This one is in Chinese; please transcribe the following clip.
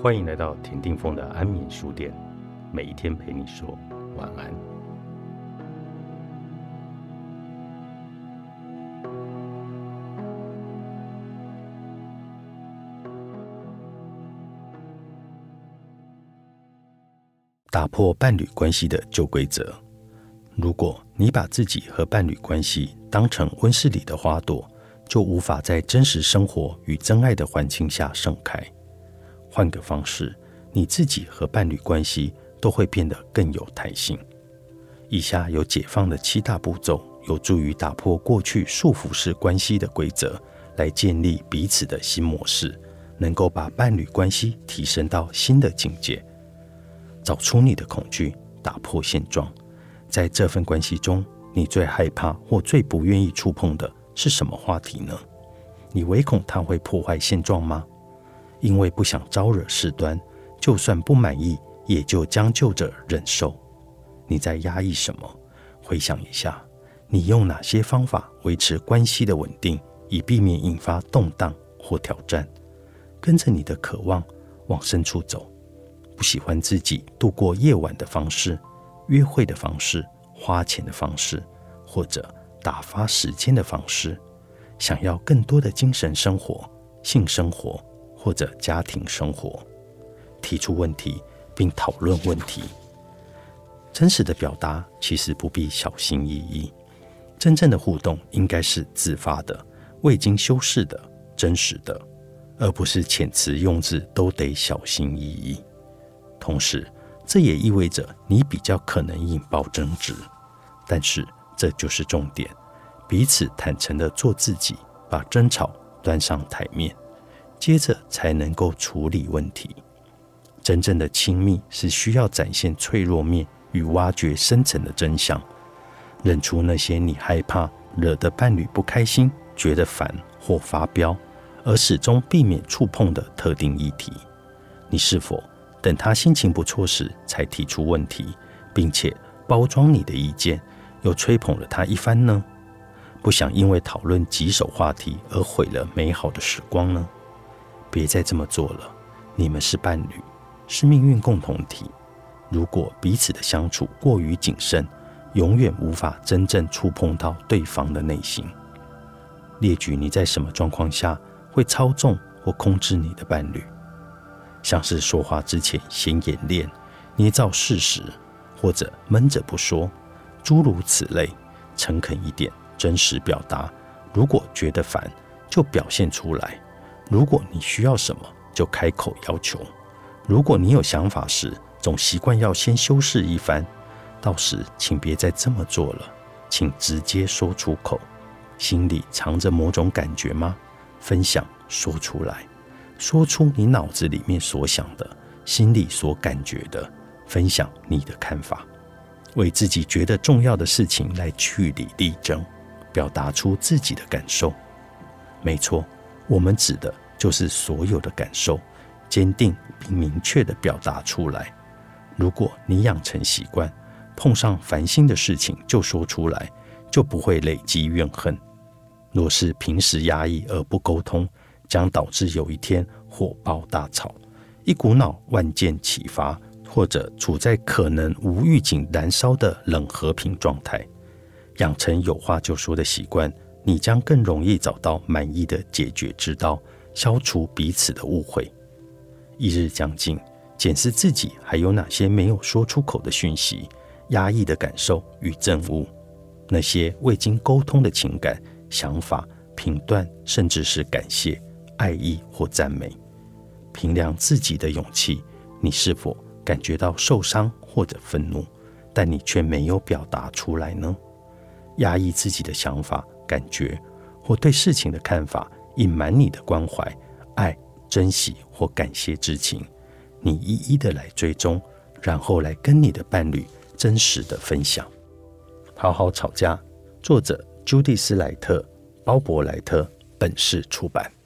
欢迎来到田定峰的安眠书店，每一天陪你说晚安。打破伴侣关系的旧规则。如果你把自己和伴侣关系当成温室里的花朵，就无法在真实生活与真爱的环境下盛开。换个方式，你自己和伴侣关系都会变得更有弹性。以下有解放的7大步骤，有助于打破过去束缚式关系的规则，来建立彼此的新模式，能够把伴侣关系提升到新的境界。找出你的恐惧，打破现状。在这份关系中，你最害怕或最不愿意触碰的是什么话题呢？你唯恐它会破坏现状吗？因为不想招惹事端，就算不满意，也就将就着忍受。你在压抑什么？回想一下，你用哪些方法维持关系的稳定，以避免引发动荡或挑战？跟着你的渴望往深处走。不喜欢自己度过夜晚的方式，约会的方式，花钱的方式，或者打发时间的方式，想要更多的精神生活、性生活或者家庭生活。提出问题并讨论问题。真实的表达其实不必小心翼翼，真正的互动应该是自发的、未经修饰的、真实的，而不是遣词用字都得小心翼翼。同时，这也意味着你比较可能引爆争执，但是这就是重点，彼此坦诚地做自己，把争吵端上台面，接着才能够处理问题。真正的亲密是需要展现脆弱面与挖掘深层的真相，认出那些你害怕惹得伴侣不开心、觉得烦或发飙，而始终避免触碰的特定议题。你是否等他心情不错时才提出问题，并且包装你的意见，又吹捧了他一番呢？不想因为讨论棘手话题而毁了美好的时光呢？别再这么做了，你们是伴侣，是命运共同体。如果彼此的相处过于谨慎，永远无法真正触碰到对方的内心。列举你在什么状况下会操纵或控制你的伴侣，像是说话之前先演练、捏造事实，或者闷着不说，诸如此类。诚恳一点，真实表达。如果觉得烦，就表现出来。如果你需要什么，就开口要求。如果你有想法时，总习惯要先修饰一番，到时请别再这么做了，请直接说出口。心里藏着某种感觉吗？分享，说出来。说出你脑子里面所想的，心里所感觉的，分享你的看法，为自己觉得重要的事情来据理力争，表达出自己的感受。没错，我们指的就是所有的感受，坚定并明确地表达出来。如果你养成习惯，碰上烦心的事情就说出来，就不会累积怨恨。若是平时压抑而不沟通，将导致有一天火爆大吵，一股脑万箭齐发，或者处在可能无预警燃烧的冷和平状态。养成有话就说的习惯，你将更容易找到满意的解决之道，消除彼此的误会。一日将近，检视自己还有哪些没有说出口的讯息、压抑的感受与憎恶，那些未经沟通的情感、想法、评断，甚至是感谢、爱意或赞美。评量自己的勇气，你是否感觉到受伤或者愤怒，但你却没有表达出来呢？压抑自己的想法、感觉或对事情的看法，隐瞒你的关怀、爱、珍惜或感谢之情，你一一的来追踪，然后来跟你的伴侣真实的分享。好好吵架，作者朱蒂斯·莱特、鲍勃·莱特，本市出版。